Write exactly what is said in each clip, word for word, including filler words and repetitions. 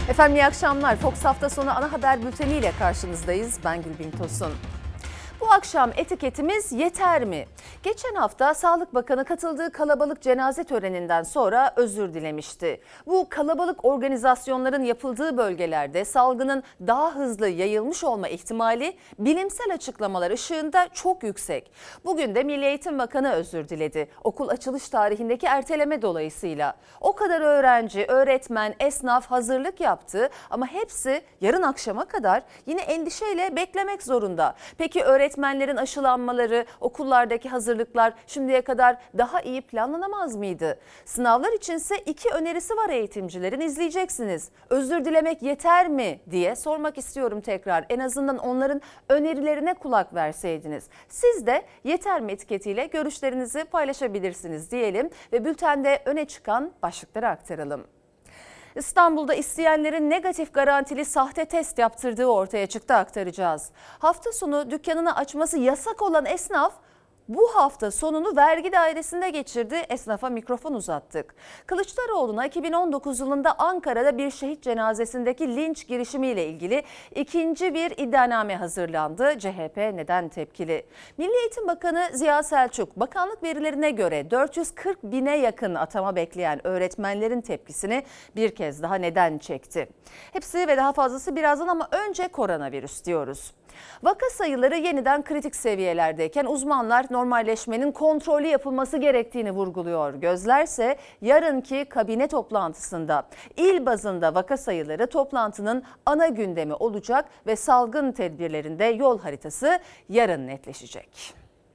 Efendim iyi akşamlar. Fox hafta sonu ana haber bülteniyle karşınızdayız. Ben Gülbin Tosun. Bu akşam etiketimiz yeter mi? Geçen hafta Sağlık Bakanı katıldığı kalabalık cenaze töreninden sonra özür dilemişti. Bu kalabalık organizasyonların yapıldığı bölgelerde salgının daha hızlı yayılmış olma ihtimali bilimsel açıklamalar ışığında çok yüksek. Bugün de Milli Eğitim Bakanı özür diledi. Okul açılış tarihindeki erteleme dolayısıyla. O kadar öğrenci, öğretmen, esnaf hazırlık yaptı ama hepsi yarın akşama kadar yine endişeyle beklemek zorunda. Peki öğretmen Öğretmenlerin aşılanmaları, okullardaki hazırlıklar şimdiye kadar daha iyi planlanamaz mıydı? Sınavlar içinse iki önerisi var eğitimcilerin, izleyeceksiniz. Özür dilemek yeter mi diye sormak istiyorum tekrar. En azından onların önerilerine kulak verseydiniz. Siz de yeter mi etiketiyle görüşlerinizi paylaşabilirsiniz diyelim ve bültende öne çıkan başlıkları aktaralım. İstanbul'da isteyenlerin negatif garantili sahte test yaptırdığı ortaya çıktı, aktaracağız. Hafta sonu dükkanını açması yasak olan esnaf bu hafta sonunu vergi dairesinde geçirdi. Esnafa mikrofon uzattık. Kılıçdaroğlu'na iki bin on dokuz yılında Ankara'da bir şehit cenazesindeki linç girişimiyle ilgili ikinci bir iddianame hazırlandı. C H P neden tepkili? Milli Eğitim Bakanı Ziya Selçuk, bakanlık verilerine göre dört yüz kırk bine yakın atama bekleyen öğretmenlerin tepkisini bir kez daha neden çekti? Hepsi ve daha fazlası birazdan ama önce koronavirüs diyoruz. Vaka sayıları yeniden kritik seviyelerdeyken uzmanlar normalleşmenin kontrollü yapılması gerektiğini vurguluyor. Gözlerse yarınki kabine toplantısında. İl bazında vaka sayıları toplantının ana gündemi olacak ve salgın tedbirlerinde yol haritası yarın netleşecek.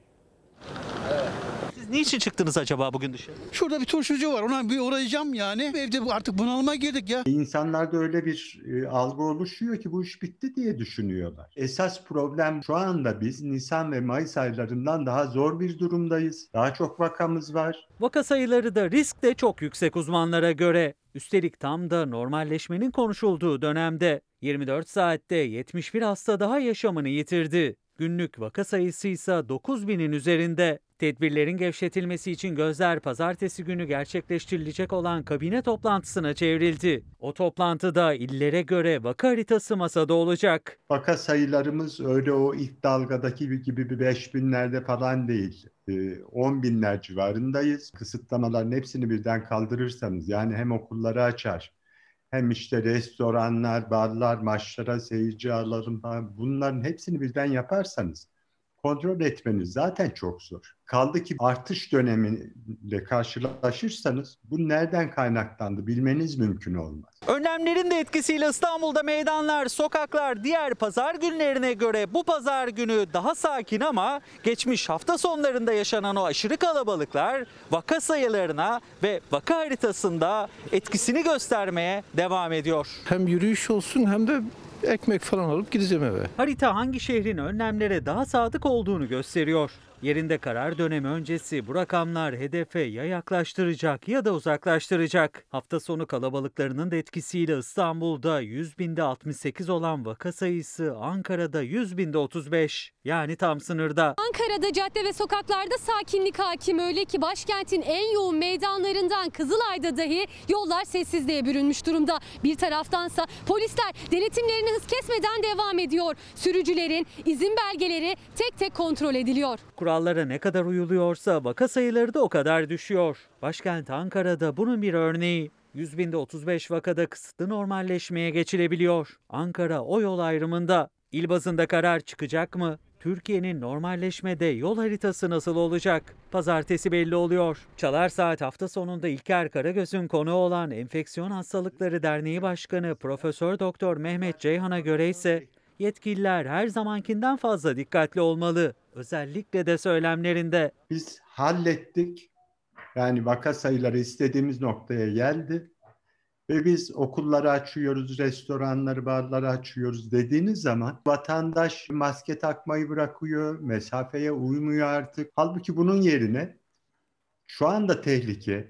Siz niçin çıktınız acaba bugün dışarı? Şurada bir turşucu var, ona bir uğrayacağım yani. Evde artık bunalıma girdik ya. İnsanlarda öyle bir e, algı oluşuyor ki bu iş bitti diye düşünüyorlar. Esas problem şu anda biz Nisan ve Mayıs aylarından daha zor bir durumdayız. Daha çok vakamız var. Vaka sayıları da risk de çok yüksek uzmanlara göre. Üstelik tam da normalleşmenin konuşulduğu dönemde yirmi dört saatte yetmiş bir hasta daha yaşamını yitirdi. Günlük vaka sayısı ise dokuz binin üzerinde. Tedbirlerin gevşetilmesi için gözler pazartesi günü gerçekleştirilecek olan kabine toplantısına çevrildi. O toplantıda illere göre vaka haritası masada olacak. Vaka sayılarımız öyle o ilk dalgadaki gibi bir beş binlerde falan değil. on binler civarındayız. Kısıtlamaların hepsini birden kaldırırsanız, yani hem okulları açar, hem işte restoranlar, barlar, maçlara seyirci alalım falan, bunların hepsini birden yaparsanız kontrol etmeniz zaten çok zor. Kaldı ki artış dönemiyle karşılaşırsanız bu nereden kaynaklandı bilmeniz mümkün olmaz. Önlemlerin de etkisiyle İstanbul'da meydanlar, sokaklar diğer pazar günlerine göre bu pazar günü daha sakin ama geçmiş hafta sonlarında yaşanan o aşırı kalabalıklar vaka sayılarına ve vaka haritasında etkisini göstermeye devam ediyor. Hem yürüyüş olsun hem de ekmek falan alıp gideceğim eve. Harita hangi şehrin önlemlere daha sadık olduğunu gösteriyor. Yerinde karar dönemi öncesi bu rakamlar hedefe ya yaklaştıracak ya da uzaklaştıracak. Hafta sonu kalabalıklarının da etkisiyle İstanbul'da yüz binde altmış sekiz olan vaka sayısı Ankara'da yüz binde otuz beş, yani tam sınırda. Ankara'da cadde ve sokaklarda sakinlik hakim, öyle ki başkentin en yoğun meydanlarından Kızılay'da dahi yollar sessizliğe bürünmüş durumda. Bir taraftansa polisler denetimlerini hız kesmeden devam ediyor. Sürücülerin izin belgeleri tek tek kontrol ediliyor. Kurallara ne kadar uyuluyorsa vaka sayıları da o kadar düşüyor. Başkent Ankara'da bunun bir örneği. yüz binde otuz beş vakada kısıtlı normalleşmeye geçilebiliyor. Ankara o yol ayrımında. İl bazında karar çıkacak mı? Türkiye'nin normalleşmede yol haritası nasıl olacak? Pazartesi belli oluyor. Çalar Saat hafta sonunda İlker Karagöz'ün konuğu olan Enfeksiyon Hastalıkları Derneği Başkanı Profesör Doktor Mehmet Ceyhan'a göre ise yetkililer her zamankinden fazla dikkatli olmalı. Özellikle de söylemlerinde. Biz hallettik. Yani vaka sayıları istediğimiz noktaya geldi. Ve biz okulları açıyoruz, restoranları, barları açıyoruz dediğiniz zaman vatandaş maske takmayı bırakıyor, mesafeye uymuyor artık. Halbuki bunun yerine şu anda tehlike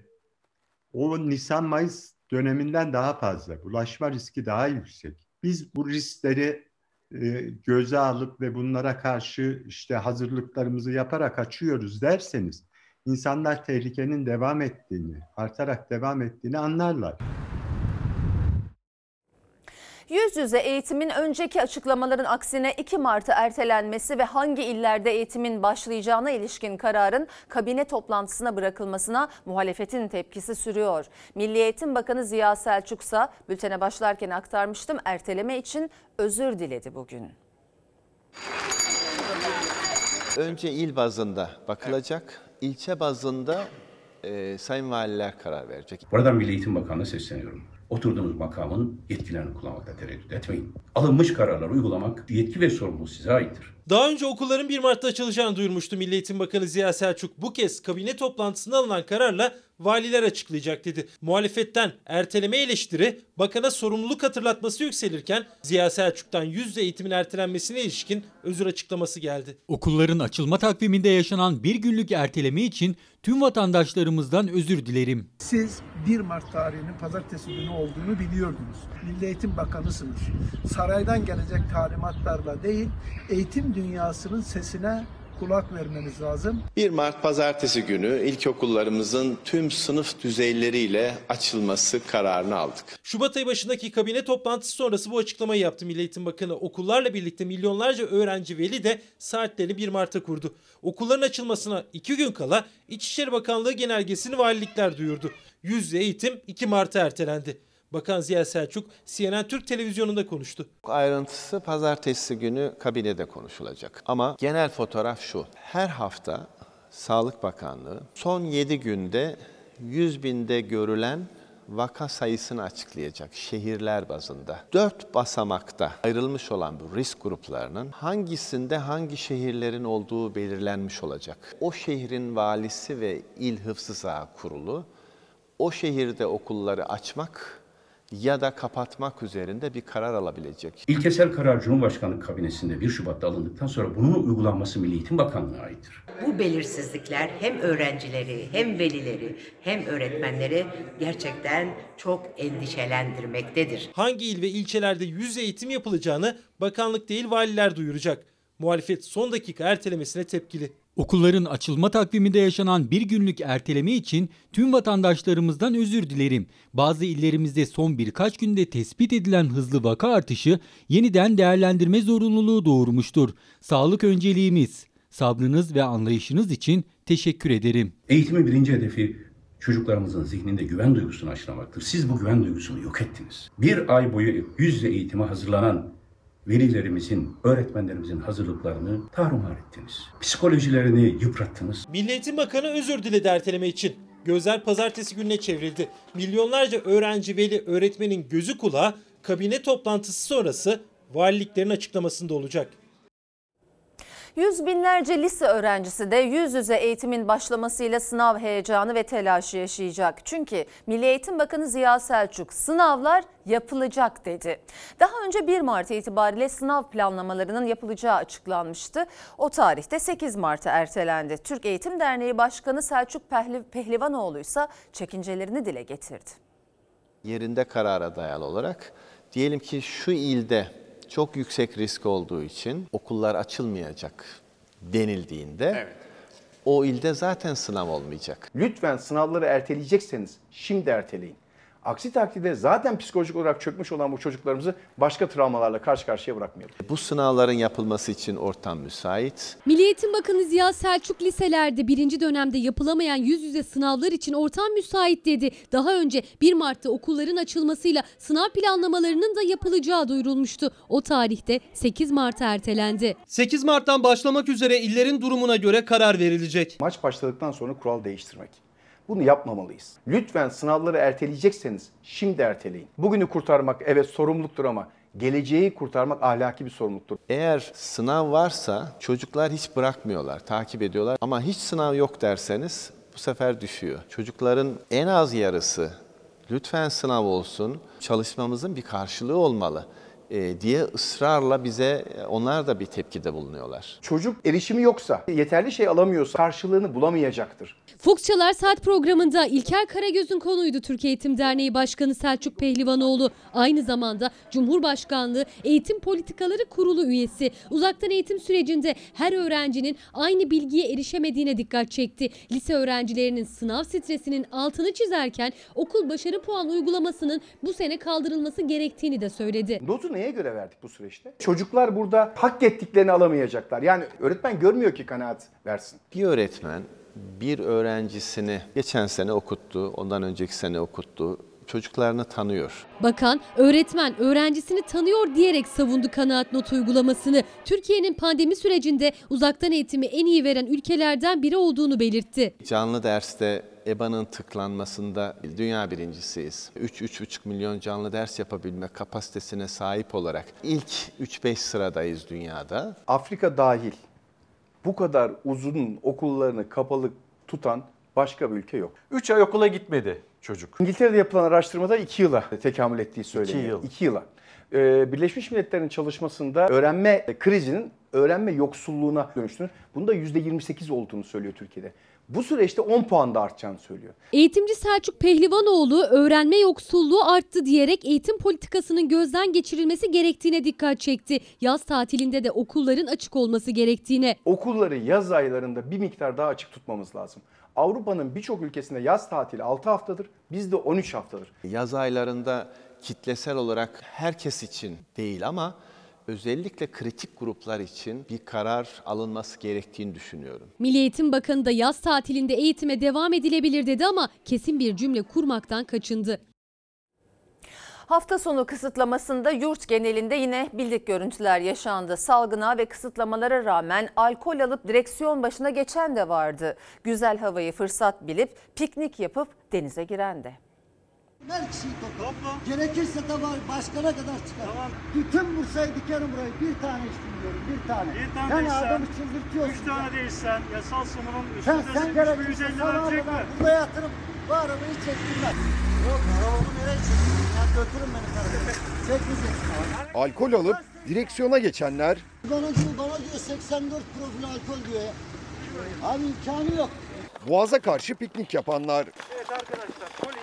o Nisan-Mayıs döneminden daha fazla. Bulaşma riski daha yüksek. Biz bu riskleri e, göze alıp ve bunlara karşı işte hazırlıklarımızı yaparak açıyoruz derseniz insanlar tehlikenin devam ettiğini, artarak devam ettiğini anlarlar. Yüz yüze eğitimin önceki açıklamaların aksine iki Mart'a ertelenmesi ve hangi illerde eğitimin başlayacağına ilişkin kararın kabine toplantısına bırakılmasına muhalefetin tepkisi sürüyor. Milli Eğitim Bakanı Ziya Selçuk ise bültene başlarken aktarmıştım, erteleme için özür diledi bugün. Önce il bazında bakılacak, ilçe bazında e, sayın valiler karar verecek. Buradan Milli Eğitim Bakanı'na sesleniyorum. Oturduğunuz makamın yetkilerini kullanmakta tereddüt etmeyin. Alınmış kararları uygulamak yetki ve sorumluluk size aittir. Daha önce okulların bir Mart'ta açılacağını duyurmuştu Milli Eğitim Bakanı Ziya Selçuk. Bu kez kabine toplantısında alınan kararla valiler açıklayacak dedi. Muhalefetten erteleme eleştiri, bakana sorumluluk hatırlatması yükselirken Ziya Selçuk'tan yüz yüze eğitimin ertelenmesine ilişkin özür açıklaması geldi. Okulların açılma takviminde yaşanan bir günlük erteleme için tüm vatandaşlarımızdan özür dilerim. Siz bir Mart tarihinin pazartesi günü olduğunu biliyordunuz. Milli Eğitim Bakanısınız. Saraydan gelecek talimatlarla değil, eğitim dünyasının sesine kulak vermeniz lazım. bir Mart pazartesi günü ilkokullarımızın tüm sınıf düzeyleriyle açılması kararını aldık. Şubat ayı başındaki kabine toplantısı sonrası bu açıklamayı yaptı Milli Eğitim Bakanı. Okullarla birlikte milyonlarca öğrenci veli de saatlerini bir Mart'a kurdu. Okulların açılmasına iki gün kala İçişleri Bakanlığı genelgesini valilikler duyurdu. Yüz yüze eğitim iki Mart'a ertelendi. Bakan Ziya Selçuk C N N Türk televizyonunda konuştu. Ayrıntısı pazartesi günü kabinede konuşulacak. Ama genel fotoğraf şu. Her hafta Sağlık Bakanlığı son yedi günde yüz binde görülen vaka sayısını açıklayacak şehirler bazında. Dört basamakta ayrılmış olan bu risk gruplarının hangisinde hangi şehirlerin olduğu belirlenmiş olacak. O şehrin valisi ve il hıfzı saha kurulu o şehirde okulları açmak ya da kapatmak üzerinde bir karar alabilecek. İlkesel karar Cumhurbaşkanlığı kabinesinde bir Şubat'ta alındıktan sonra bunun uygulanması Milli Eğitim Bakanlığı'na aittir. Bu belirsizlikler hem öğrencileri, hem velileri, hem öğretmenleri gerçekten çok endişelendirmektedir. Hangi il ve ilçelerde yüz yüze eğitim yapılacağını bakanlık değil valiler duyuracak. Muhalefet son dakika ertelemesine tepkili. Okulların açılma takviminde yaşanan bir günlük erteleme için tüm vatandaşlarımızdan özür dilerim. Bazı illerimizde son birkaç günde tespit edilen hızlı vaka artışı yeniden değerlendirme zorunluluğu doğurmuştur. Sağlık önceliğimiz. Sabrınız ve anlayışınız için teşekkür ederim. Eğitimin birinci hedefi çocuklarımızın zihninde güven duygusunu aşılamaktır. Siz bu güven duygusunu yok ettiniz. Bir ay boyu yüz yüze eğitime hazırlanan velilerimizin, öğretmenlerimizin hazırlıklarını tarumar ettiniz. Psikolojilerini yıprattınız. Milli Eğitim Bakanı özür diledi erteleme için. Gözler pazartesi gününe çevrildi. Milyonlarca öğrenci, veli, öğretmenin gözü kulağı kabine toplantısı sonrası valiliklerin açıklamasında olacak. Yüz binlerce lise öğrencisi de yüz yüze eğitimin başlamasıyla sınav heyecanı ve telaşı yaşayacak. Çünkü Milli Eğitim Bakanı Ziya Selçuk sınavlar yapılacak dedi. Daha önce bir Mart itibariyle sınav planlamalarının yapılacağı açıklanmıştı. O tarihte sekiz Mart'a ertelendi. Türk Eğitim Derneği Başkanı Selçuk Pehlivanoğlu ise çekincelerini dile getirdi. Yerinde karara dayalı olarak diyelim ki şu ilde çok yüksek risk olduğu için okullar açılmayacak denildiğinde evet, o ilde zaten sınav olmayacak. Lütfen sınavları erteleyecekseniz şimdi erteleyin. Aksi takdirde zaten psikolojik olarak çökmüş olan bu çocuklarımızı başka travmalarla karşı karşıya bırakmayalım. Bu sınavların yapılması için ortam müsait. Milli Eğitim Bakanı Ziya Selçuk liselerde birinci dönemde yapılamayan yüz yüze sınavlar için ortam müsait dedi. Daha önce bir Mart'ta okulların açılmasıyla sınav planlamalarının da yapılacağı duyurulmuştu. O tarihte sekiz Mart'a ertelendi. sekiz Mart'tan başlamak üzere illerin durumuna göre karar verilecek. Maç başladıktan sonra kural değiştirmek. Bunu yapmamalıyız. Lütfen sınavları erteleyecekseniz şimdi erteleyin. Bugünü kurtarmak evet sorumluluktur ama geleceği kurtarmak ahlaki bir sorumluluktur. Eğer sınav varsa çocuklar hiç bırakmıyorlar, takip ediyorlar. Ama hiç sınav yok derseniz bu sefer düşüyor. Çocukların en az yarısı lütfen sınav olsun, çalışmamızın bir karşılığı olmalı e, diye ısrarla bize onlar da bir tepkide bulunuyorlar. Çocuk erişimi yoksa, yeterli şey alamıyorsa karşılığını bulamayacaktır. Fox Çalar Saat programında İlker Karagöz'ün konuydu Türk Eğitim Derneği Başkanı Selçuk Pehlivanoğlu. Aynı zamanda Cumhurbaşkanlığı Eğitim Politikaları Kurulu üyesi. Uzaktan eğitim sürecinde her öğrencinin aynı bilgiye erişemediğine dikkat çekti. Lise öğrencilerinin sınav stresinin altını çizerken okul başarı puan uygulamasının bu sene kaldırılması gerektiğini de söyledi. Notu neye göre verdik bu süreçte? Çocuklar burada hak ettiklerini alamayacaklar. Yani öğretmen görmüyor ki kanaat versin. Bir öğretmen bir öğrencisini geçen sene okuttu, ondan önceki sene okuttu. Çocuklarını tanıyor. Bakan, öğretmen öğrencisini tanıyor diyerek savundu kanaat notu uygulamasını. Türkiye'nin pandemi sürecinde uzaktan eğitimi en iyi veren ülkelerden biri olduğunu belirtti. Canlı derste E B A'nın tıklanmasında dünya birincisiyiz. üç üç buçuk milyon canlı ders yapabilme kapasitesine sahip olarak ilk üç beş sıradayız dünyada. Afrika dahil bu kadar uzun okullarını kapalı tutan başka bir ülke yok. üç ay okula gitmedi çocuk. İngiltere'de yapılan araştırmada iki yıla tekamül ettiği söyleniyor. iki yıl. iki yıla. Ee, Birleşmiş Milletler'in çalışmasında öğrenme krizinin öğrenme yoksulluğuna dönüştüğünü, bunda yüzde yirmi sekiz olduğunu söylüyor Türkiye'de. Bu süreçte on puan da artacağını söylüyor. Eğitimci Selçuk Pehlivanoğlu öğrenme yoksulluğu arttı diyerek eğitim politikasının gözden geçirilmesi gerektiğine dikkat çekti. Yaz tatilinde de okulların açık olması gerektiğine. Okulları yaz aylarında bir miktar daha açık tutmamız lazım. Avrupa'nın birçok ülkesinde yaz tatili altı haftadır, bizde on üç haftadır. Yaz aylarında kitlesel olarak herkes için değil ama özellikle kritik gruplar için bir karar alınması gerektiğini düşünüyorum. Milli Eğitim Bakanı da yaz tatilinde eğitime devam edilebilir dedi ama kesin bir cümle kurmaktan kaçındı. Hafta sonu kısıtlamasında yurt genelinde yine bildik görüntüler yaşandı. Salgına ve kısıtlamalara rağmen alkol alıp direksiyon başına geçen de vardı. Güzel havayı fırsat bilip piknik yapıp denize giren de. Her kişiyi topla. Gerekirse de var başkana kadar çıkar. Tamam. Bütün Bursa'yı dikerim burayı. Bir tane içtim diyorum. Bir tane. Bir tane yani değilsen, adamı çıldırtıyorsun. Üç tane değilsen yasal sumunun üstündesin. Sen, sen gerekirse sana burada yatırım. Bu arabayı çektirmez. Yok arabamı nereye çektireyim? Ya götürün beni kardeşim. Çekmeyeceksin abi. Alkol alıp direksiyona geçenler. Bana diyor, bana diyor seksen dört profil alkol diyor ya. Abi imkanı yok. Boğaza karşı piknik yapanlar. Evet arkadaşlar polis.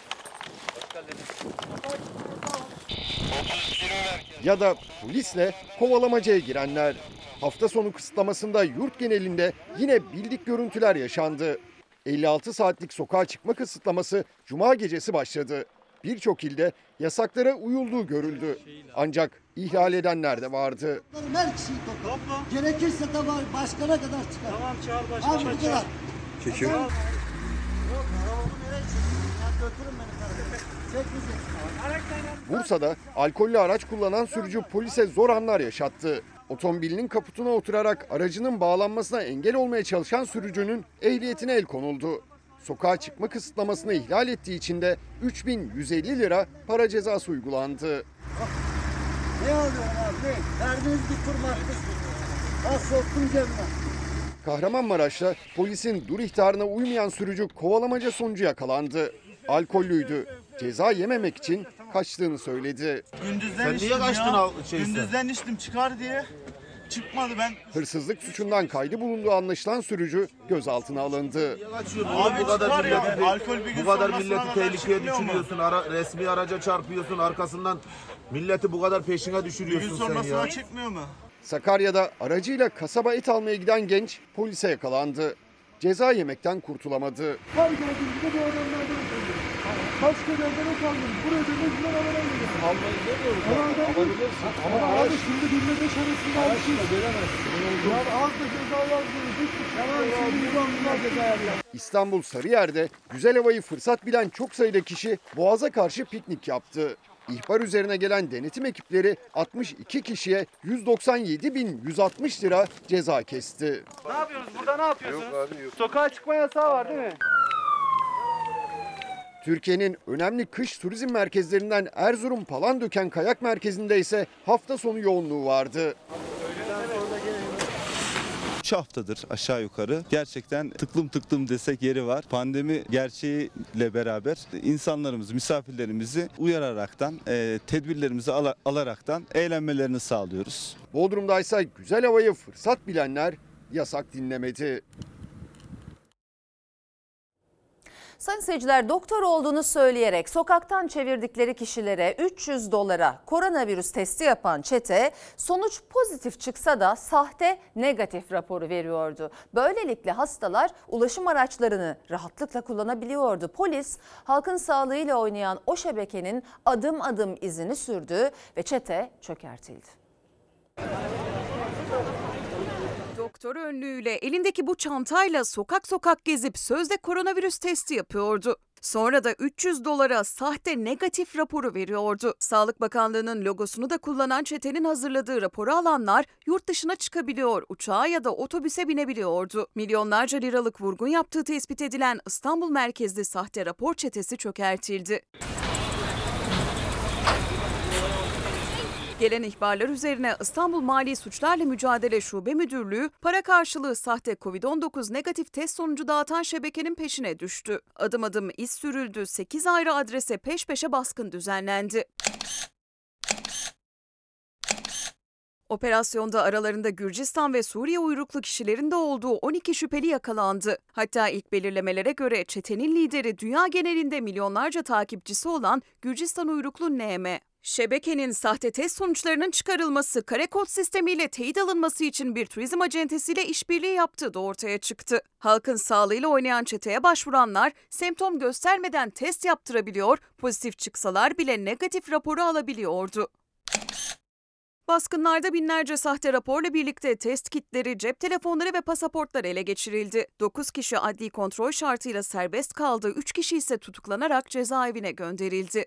Ya da polisle kovalamacaya girenler. Hafta sonu kısıtlamasında yurt genelinde yine bildik görüntüler yaşandı. elli altı saatlik sokağa çıkma kısıtlaması Cuma gecesi başladı. Birçok ilde yasaklara uyulduğu görüldü. Ancak ihlal edenler de vardı. Her kişiyi topla. Gerekirse de var başkana kadar çıkar. Tamam çağır başkana. Abi bu kadar. Çekiyor. Yok arabamı nereye çektireyim? Ya götürün beni kardeşim. Çekmeyeceksin. Bursa'da alkollü araç kullanan sürücü polise zor anlar yaşattı. Otomobilinin kaputuna oturarak aracının bağlanmasına engel olmaya çalışan sürücünün ehliyetine el konuldu. Sokağa çıkma kısıtlamasını ihlal ettiği için de üç bin yüz elli lira para cezası uygulandı. Ne alıyorsun abi? Ne? Verdiniz bir kurmaktır. Az soktum cebime. Kahramanmaraş'ta polisin dur ihtarına uymayan sürücü kovalamaca sonucu yakalandı. Alkollüydü. Ceza yememek için kaçtığını söyledi. Gündüzden Sen niye kaçtın al şeyse? Gündüzden içtim çıkar diye. Çıkmadı ben. Hırsızlık suçundan kaydı bulunduğu anlaşılan sürücü gözaltına alındı. Abi bu kadar milleti, ya, alkol bir gün bu kadar milleti tehlikeye düşürüyorsun. Ara, resmi araca çarpıyorsun arkasından. Milleti bu kadar peşine düşürüyorsun sen ya. Bir gün sonrasına çıkmıyor mu? Sakarya'da aracıyla kasaba et almaya giden genç polise yakalandı. Ceza yemekten kurtulamadı. Her gördüğüm gibi bu adamlardan ötürüyorum. Başka yerden et aldım. Buraya dönmek üzere havaya gidiyorum. Almayı demiyoruz. Alabilirsin. Ama abi şimdi birle beş arasında almışsın. Ya az da ceza yazdırırız. Tamam şimdi bu anlar ceza yazlar. İstanbul Sarıyer'de güzel havayı fırsat bilen çok sayıda kişi Boğaz'a karşı piknik yaptı. İhbar üzerine gelen denetim ekipleri altmış iki kişiye yüz doksan yedi bin yüz altmış lira ceza kesti. Ne yapıyorsunuz? Burada ne yapıyorsunuz? Yok abi yok. Sokağa çıkma yasağı var değil mi? Türkiye'nin önemli kış turizm merkezlerinden Erzurum Palandöken Kayak Merkezi'nde ise hafta sonu yoğunluğu vardı. üç haftadır aşağı yukarı gerçekten tıklım tıklım desek yeri var. Pandemi gerçeğiyle beraber insanlarımız, misafirlerimizi uyararaktan, e, tedbirlerimizi al alaraktan eğlenmelerini sağlıyoruz. Bodrum'da ise güzel havayı fırsat bilenler yasak dinlemedi. Sayın seyirciler, doktor olduğunu söyleyerek sokaktan çevirdikleri kişilere üç yüz dolara koronavirüs testi yapan çete sonuç pozitif çıksa da sahte negatif raporu veriyordu. Böylelikle hastalar ulaşım araçlarını rahatlıkla kullanabiliyordu. Polis halkın sağlığıyla oynayan o şebekenin adım adım izini sürdü ve çete çökertildi. Doktor önlüğüyle elindeki bu çantayla sokak sokak gezip sözde koronavirüs testi yapıyordu. Sonra da üç yüz dolara sahte negatif raporu veriyordu. Sağlık Bakanlığı'nın logosunu da kullanan çetenin hazırladığı raporu alanlar yurt dışına çıkabiliyor, uçağa ya da otobüse binebiliyordu. Milyonlarca liralık vurgun yaptığı tespit edilen İstanbul merkezli sahte rapor çetesi çökertildi. Gelen ihbarlar üzerine İstanbul Mali Suçlarla Mücadele Şube Müdürlüğü para karşılığı sahte kovid on dokuz negatif test sonucu dağıtan şebekenin peşine düştü. Adım adım iz sürüldü, sekiz ayrı adrese peş peşe baskın düzenlendi. Operasyonda aralarında Gürcistan ve Suriye uyruklu kişilerin de olduğu on iki şüpheli yakalandı. Hatta ilk belirlemelere göre çetenin lideri dünya genelinde milyonlarca takipçisi olan Gürcistan uyruklu N M. Şebekenin sahte test sonuçlarının çıkarılması, kare kod sistemiyle teyit alınması için bir turizm acentesiyle işbirliği yaptığı da ortaya çıktı. Halkın sağlığıyla oynayan çeteye başvuranlar semptom göstermeden test yaptırabiliyor, pozitif çıksalar bile negatif raporu alabiliyordu. Baskınlarda binlerce sahte raporla birlikte test kitleri, cep telefonları ve pasaportlar ele geçirildi. dokuz kişi adli kontrol şartıyla serbest kaldı, üç kişi ise tutuklanarak cezaevine gönderildi.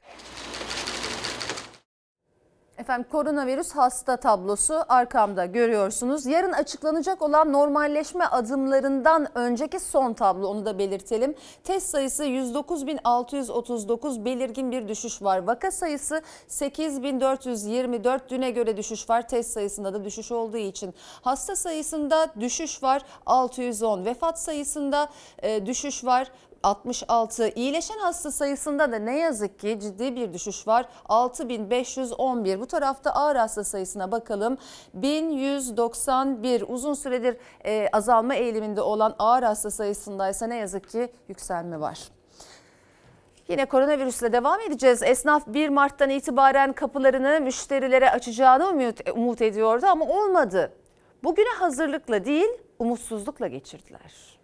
Efendim, koronavirüs hasta tablosu arkamda görüyorsunuz. Yarın açıklanacak olan normalleşme adımlarından önceki son tablo, onu da belirtelim. Test sayısı yüz dokuz bin altı yüz otuz dokuz, belirgin bir düşüş var. Vaka sayısı sekiz bin dört yüz yirmi dört, düne göre düşüş var. Test sayısında da düşüş olduğu için. Hasta sayısında düşüş var, altı yüz on. Vefat sayısında e, düşüş var, altmış altı. İyileşen hasta sayısında da ne yazık ki ciddi bir düşüş var. altı bin beş yüz on bir. Bu tarafta ağır hasta sayısına bakalım. bin yüz doksan bir. Uzun süredir e, azalma eğiliminde olan ağır hasta sayısındaysa ne yazık ki yükselme var. Yine koronavirüsle devam edeceğiz. Esnaf bir Mart'tan itibaren kapılarını müşterilere açacağını umut, umut ediyordu ama olmadı. Bugüne hazırlıkla değil, umutsuzlukla geçirdiler.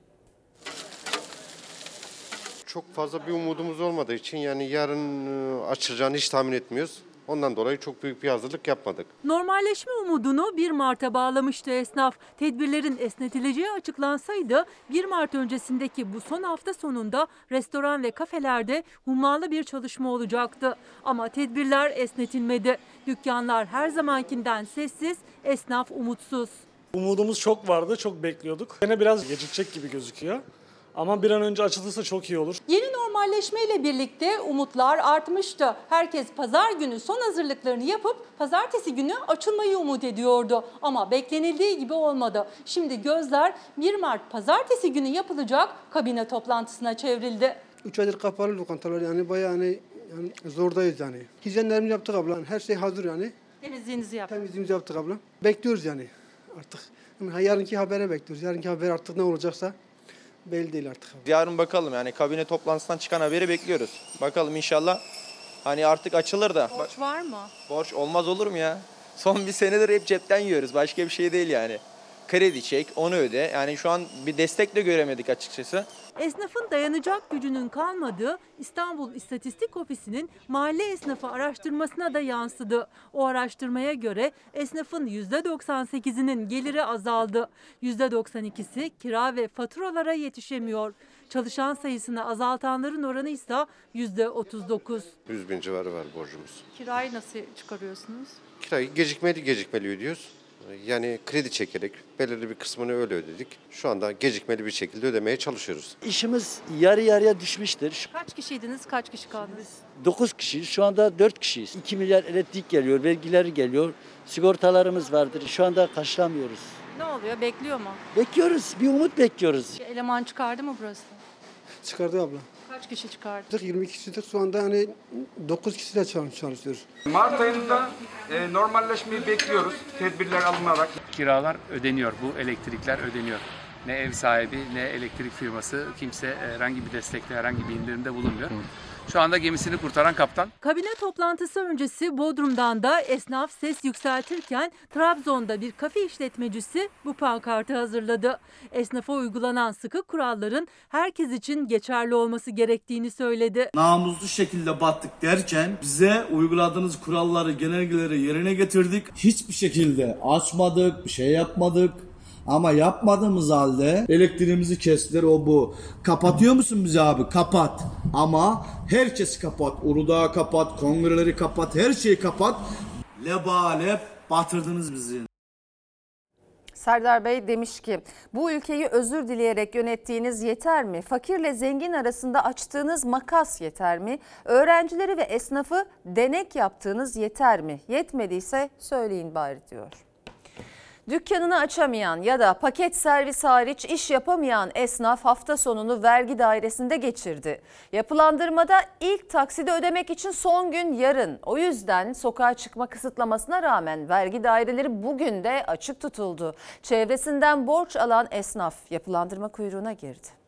Çok fazla bir umudumuz olmadığı için yani yarın açılacağını hiç tahmin etmiyoruz. Ondan dolayı çok büyük bir hazırlık yapmadık. Normalleşme umudunu bir Mart'a bağlamıştı esnaf. Tedbirlerin esnetileceği açıklansaydı bir Mart öncesindeki bu son hafta sonunda restoran ve kafelerde hummalı bir çalışma olacaktı. Ama tedbirler esnetilmedi. Dükkanlar her zamankinden sessiz, esnaf umutsuz. Umudumuz çok vardı, çok bekliyorduk. Yine biraz gecikecek gibi gözüküyor. Ama bir an önce açılırsa çok iyi olur. Yeni normalleşmeyle birlikte umutlar artmıştı. Herkes pazar günü son hazırlıklarını yapıp pazartesi günü açılmayı umut ediyordu. Ama beklenildiği gibi olmadı. Şimdi gözler bir Mart pazartesi günü yapılacak kabine toplantısına çevrildi. üç aydır kapalı lokantalar, yani bayağı hani, yani zordayız yani. Hijyenlerimizi yaptık abla. Her şey hazır yani. Temizliğinizi yaptık. Temizliğimizi yaptık abla. Bekliyoruz yani artık. Yani yarınki habere bekliyoruz. Yarınki haber artık ne olacaksa belli değil artık. Yarın bakalım, yani kabine toplantısından çıkan haberi bekliyoruz. Bakalım inşallah hani artık açılır da. Borç var mı? Borç olmaz olur mu ya? Son bir senedir hep cepten yiyoruz. Başka bir şey değil yani. Kredi çek, onu öde. Yani şu an bir destek de göremedik açıkçası. Esnafın dayanacak gücünün kalmadığı İstanbul İstatistik Ofisi'nin mahalle esnafı araştırmasına da yansıdı. O araştırmaya göre esnafın yüzde doksan sekizinin geliri azaldı. yüzde doksan ikisi kira ve faturalara yetişemiyor. Çalışan sayısını azaltanların oranı ise yüzde otuz dokuz. yüz bin civarı var borcumuz. Kirayı nasıl çıkarıyorsunuz? Kirayı gecikmeli gecikmeli ödüyoruz. Yani kredi çekerek belirli bir kısmını öyle ödedik. Şu anda gecikmeli bir şekilde ödemeye çalışıyoruz. İşimiz yarı yarıya düşmüştür. Kaç kişiydiniz, kaç kişi kaldınız? dokuz kişiyiz, şu anda dört kişiyiz. iki milyar elektrik geliyor, vergiler geliyor, sigortalarımız vardır. Şu anda karşılamıyoruz. Ne oluyor, bekliyor mu? Bekliyoruz, bir umut bekliyoruz. Eleman çıkardı mı burası? Çıkardı abla. Kaç kişi çıkardı? yirmi kişilik, şu anda hani dokuz kişiyle çalışıyoruz. Mart ayında e, normalleşmeyi bekliyoruz tedbirler alınarak. Kiralar ödeniyor, bu elektrikler ödeniyor. Ne ev sahibi, ne elektrik firması, kimse herhangi bir destekte, herhangi bir indirimde bulunmuyor. Şu anda gemisini kurtaran kaptan. Kabine toplantısı öncesi Bodrum'dan da esnaf ses yükseltirken Trabzon'da bir kafe işletmecisi bu pankartı hazırladı. Esnafa uygulanan sıkı kuralların herkes için geçerli olması gerektiğini söyledi. Namuslu şekilde battık derken bize uyguladığınız kuralları, genelgeleri yerine getirdik. Hiçbir şekilde açmadık, bir şey yapmadık. Ama yapmadığımız halde elektriğimizi kestiler, o bu. Kapatıyor musun bizi abi? Kapat. Ama herkesi kapat. Uludağ'ı kapat, kongreleri kapat, her şeyi kapat. Lebalep batırdınız bizi. Serdar Bey demiş ki bu ülkeyi özür dileyerek yönettiğiniz yeter mi? Fakirle zengin arasında açtığınız makas yeter mi? Öğrencileri ve esnafı denek yaptığınız yeter mi? Yetmediyse söyleyin bari diyor. Dükkanını açamayan ya da paket servis hariç iş yapamayan esnaf hafta sonunu vergi dairesinde geçirdi. Yapılandırmada ilk taksidi ödemek için son gün yarın. O yüzden sokağa çıkma kısıtlamasına rağmen vergi daireleri bugün de açık tutuldu. Çevresinden borç alan esnaf yapılandırma kuyruğuna girdi.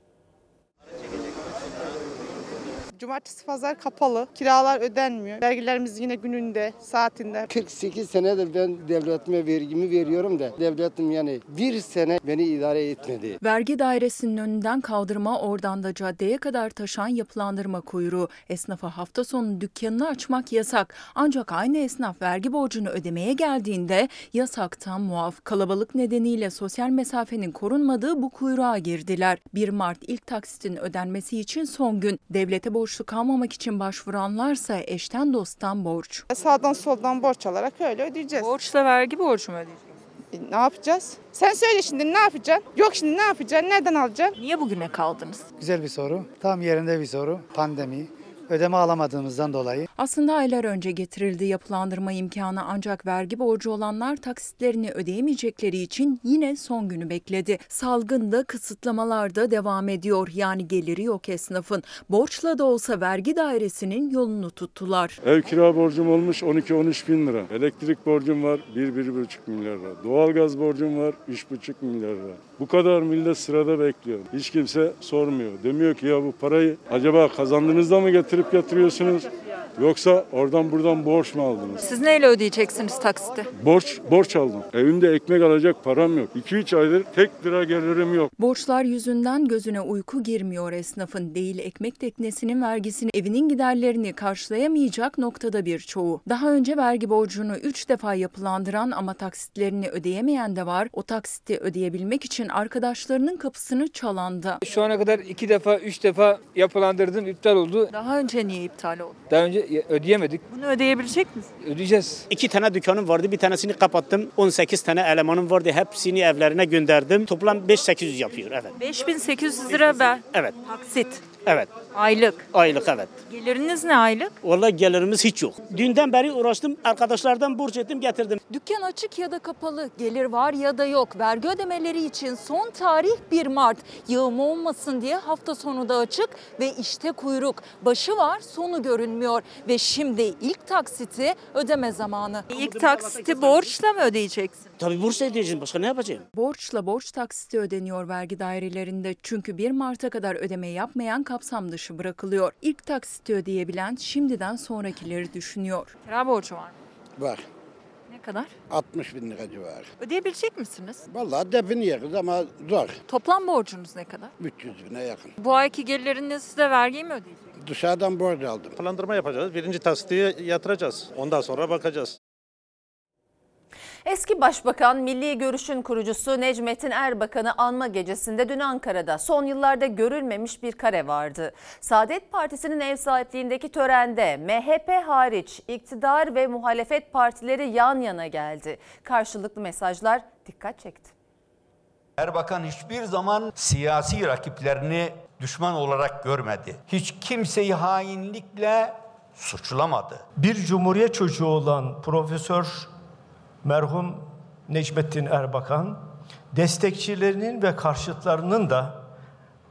Cumartesi pazar kapalı, kiralar ödenmiyor, vergilerimiz yine gününde, saatinde. kırk sekiz senedir ben devletime vergimi veriyorum da devletim yani bir sene beni idare etmedi. Vergi dairesinin önünden kaldırma, oradan da caddeye kadar taşan yapılandırma kuyruğu. Esnafa hafta sonu dükkanını açmak yasak. Ancak aynı esnaf vergi borcunu ödemeye geldiğinde yasaktan muaf. Kalabalık nedeniyle sosyal mesafenin korunmadığı bu kuyruğa girdiler. bir Mart ilk taksitin ödenmesi için son gün. Devlete borçlu kalmamak için başvuranlarsa eşten dosttan borç. Sağdan soldan borç alarak öyle ödeyeceğiz. Borçla vergi borcu mu ödeyeceğiz? E, ne yapacağız? Sen söyle şimdi ne yapacaksın? Yok şimdi ne yapacaksın? Nereden alacaksın? Niye bugüne kaldınız? Güzel bir soru. Tam yerinde bir soru. Pandemi. Ödeme alamadığımızdan dolayı. Aslında aylar önce getirildi yapılandırma imkanı, ancak vergi borcu olanlar taksitlerini ödeyemeyecekleri için yine son günü bekledi. Salgında kısıtlamalar da devam ediyor. Yani geliri yok esnafın. Borçla da olsa vergi dairesinin yolunu tuttular. Ev kira borcum olmuş on iki on üç bin lira. Elektrik borcum var bir bir buçuk milyar lira. Doğalgaz borcum var üç buçuk milyar lira. Bu kadar millet sırada bekliyor. Hiç kimse sormuyor. Demiyor ki ya bu parayı acaba kazandığınızda mı getirip yatırıyorsunuz? Yoksa oradan buradan borç mu aldınız? Siz neyle ödeyeceksiniz taksiti? Borç, borç aldım. Evimde ekmek alacak param yok. iki üç aydır tek lira gelirim yok. Borçlar yüzünden gözüne uyku girmiyor esnafın. Değil ekmek teknesinin vergisini, evinin giderlerini karşılayamayacak noktada birçoğu. Daha önce vergi borcunu üç defa yapılandıran ama taksitlerini ödeyemeyen de var. O taksiti ödeyebilmek için arkadaşlarının kapısını çalandı. Şu ana kadar iki defa, üç defa yapılandırdım, iptal oldu. Daha önce niye iptal oldu? Daha önce ödeyemedik. Bunu ödeyebilecek misin? Ödeyeceğiz. İki tane dükkanım vardı. Bir tanesini kapattım. on sekiz tane elemanım vardı. Hepsini evlerine gönderdim. Toplam beş bin sekiz yüz yapıyor. Evet. beş bin sekiz yüz lira ver. Evet. Taksit. Evet. Aylık. Aylık evet. Geliriniz ne aylık? Vallahi gelirimiz hiç yok. Dünden beri uğraştım. Arkadaşlardan borç ettim, getirdim. Dükkan açık ya da kapalı, gelir var ya da yok. Vergi ödemeleri için son tarih bir Mart. Yığım olmasın diye hafta sonu da açık ve işte kuyruk. Başı var, sonu görünmüyor ve şimdi ilk taksiti ödeme zamanı. İlk taksiti borçla mı ödeyeceksin? Tabii borçla ödeyeceğim. Başka ne yapacağım? Borçla borç taksiti ödeniyor vergi dairelerinde. Çünkü bir Mart'a kadar ödeme yapmayan kapsam dışı bırakılıyor. İlk taksiti ödeyebilen şimdiden sonrakileri düşünüyor. Kira borcu var mı? Var. Ne kadar? altmış bin lira civarı. Ödeyebilecek misiniz? Vallahi defini yeriz ama zor. Toplam borcunuz ne kadar? üç yüz bine yakın. Bu ayki geliriniz de vergiyi mi ödeyecek? Dışarıdan borç aldım. Yapılandırma yapacağız. Birinci taksiti yatıracağız. Ondan sonra bakacağız. Eski Başbakan, Milli Görüş'ün kurucusu Necmettin Erbakan'ı anma gecesinde dün Ankara'da son yıllarda görülmemiş bir kare vardı. Saadet Partisi'nin ev sahipliğindeki törende M H P hariç iktidar ve muhalefet partileri yan yana geldi. Karşılıklı mesajlar dikkat çekti. Erbakan hiçbir zaman siyasi rakiplerini düşman olarak görmedi. Hiç kimseyi hainlikle suçlamadı. Bir cumhuriyet çocuğu olan Profesör merhum Necmettin Erbakan, destekçilerinin ve karşıtlarının da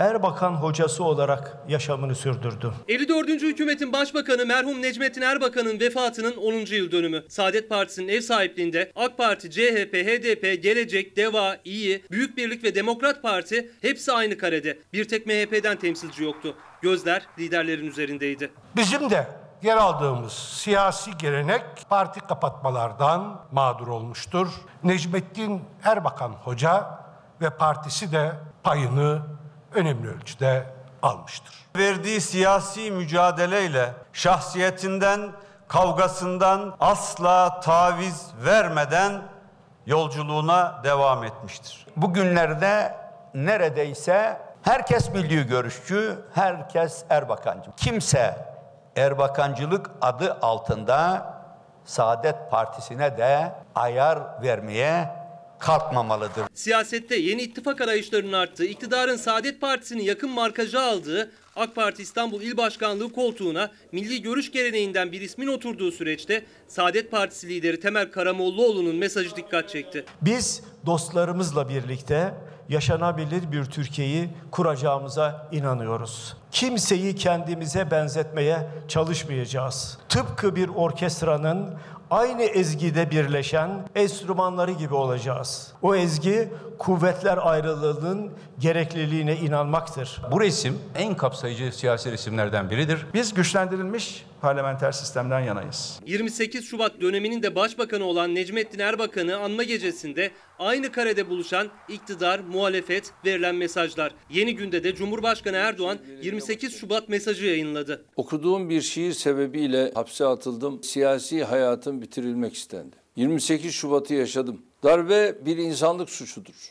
Erbakan hocası olarak yaşamını sürdürdü. elli dördüncü hükümetin başbakanı merhum Necmettin Erbakan'ın vefatının onuncu yıl dönümü. Saadet Partisi'nin ev sahipliğinde AK Parti, C H P, H D P, Gelecek, DEVA, İYİ, Büyük Birlik ve Demokrat Parti hepsi aynı karede. Bir tek M H P'den temsilci yoktu. Gözler liderlerin üzerindeydi. Bizim de yer aldığımız siyasi gelenek parti kapatmalardan mağdur olmuştur. Necmettin Erbakan Hoca ve partisi de payını önemli ölçüde almıştır. Verdiği siyasi mücadeleyle şahsiyetinden, kavgasından asla taviz vermeden yolculuğuna devam etmiştir. Bugünlerde neredeyse herkes milli görüşçü, herkes Erbakancı. Kimse Erbakancılık adı altında Saadet Partisi'ne de ayar vermeye kalkmamalıdır. Siyasette yeni ittifak arayışlarının arttığı, iktidarın Saadet Partisi'ni yakın markaja aldığı, AK Parti İstanbul İl Başkanlığı koltuğuna milli görüş geleneğinden bir ismin oturduğu süreçte Saadet Partisi lideri Temel Karamollaoğlu'nun mesajı dikkat çekti. Biz dostlarımızla birlikte yaşanabilir bir Türkiye'yi kuracağımıza inanıyoruz. Kimseyi kendimize benzetmeye çalışmayacağız. Tıpkı bir orkestranın aynı ezgide birleşen enstrümanları gibi olacağız. O ezgi kuvvetler ayrılığının gerekliliğine inanmaktır. Bu resim en kapsayıcı siyasi resimlerden biridir. Biz güçlendirilmiş parlamenter sistemden yanayız. yirmi sekiz Şubat döneminin de başbakanı olan Necmettin Erbakan'ı anma gecesinde aynı karede buluşan iktidar, muhalefet, verilen mesajlar. Yeni günde de Cumhurbaşkanı Erdoğan yirmi sekiz Şubat mesajı yayınladı. Okuduğum bir şiir sebebiyle hapse atıldım. Siyasi hayatım bitirilmek istendi. yirmi sekiz Şubat'ı yaşadım. Darbe bir insanlık suçudur.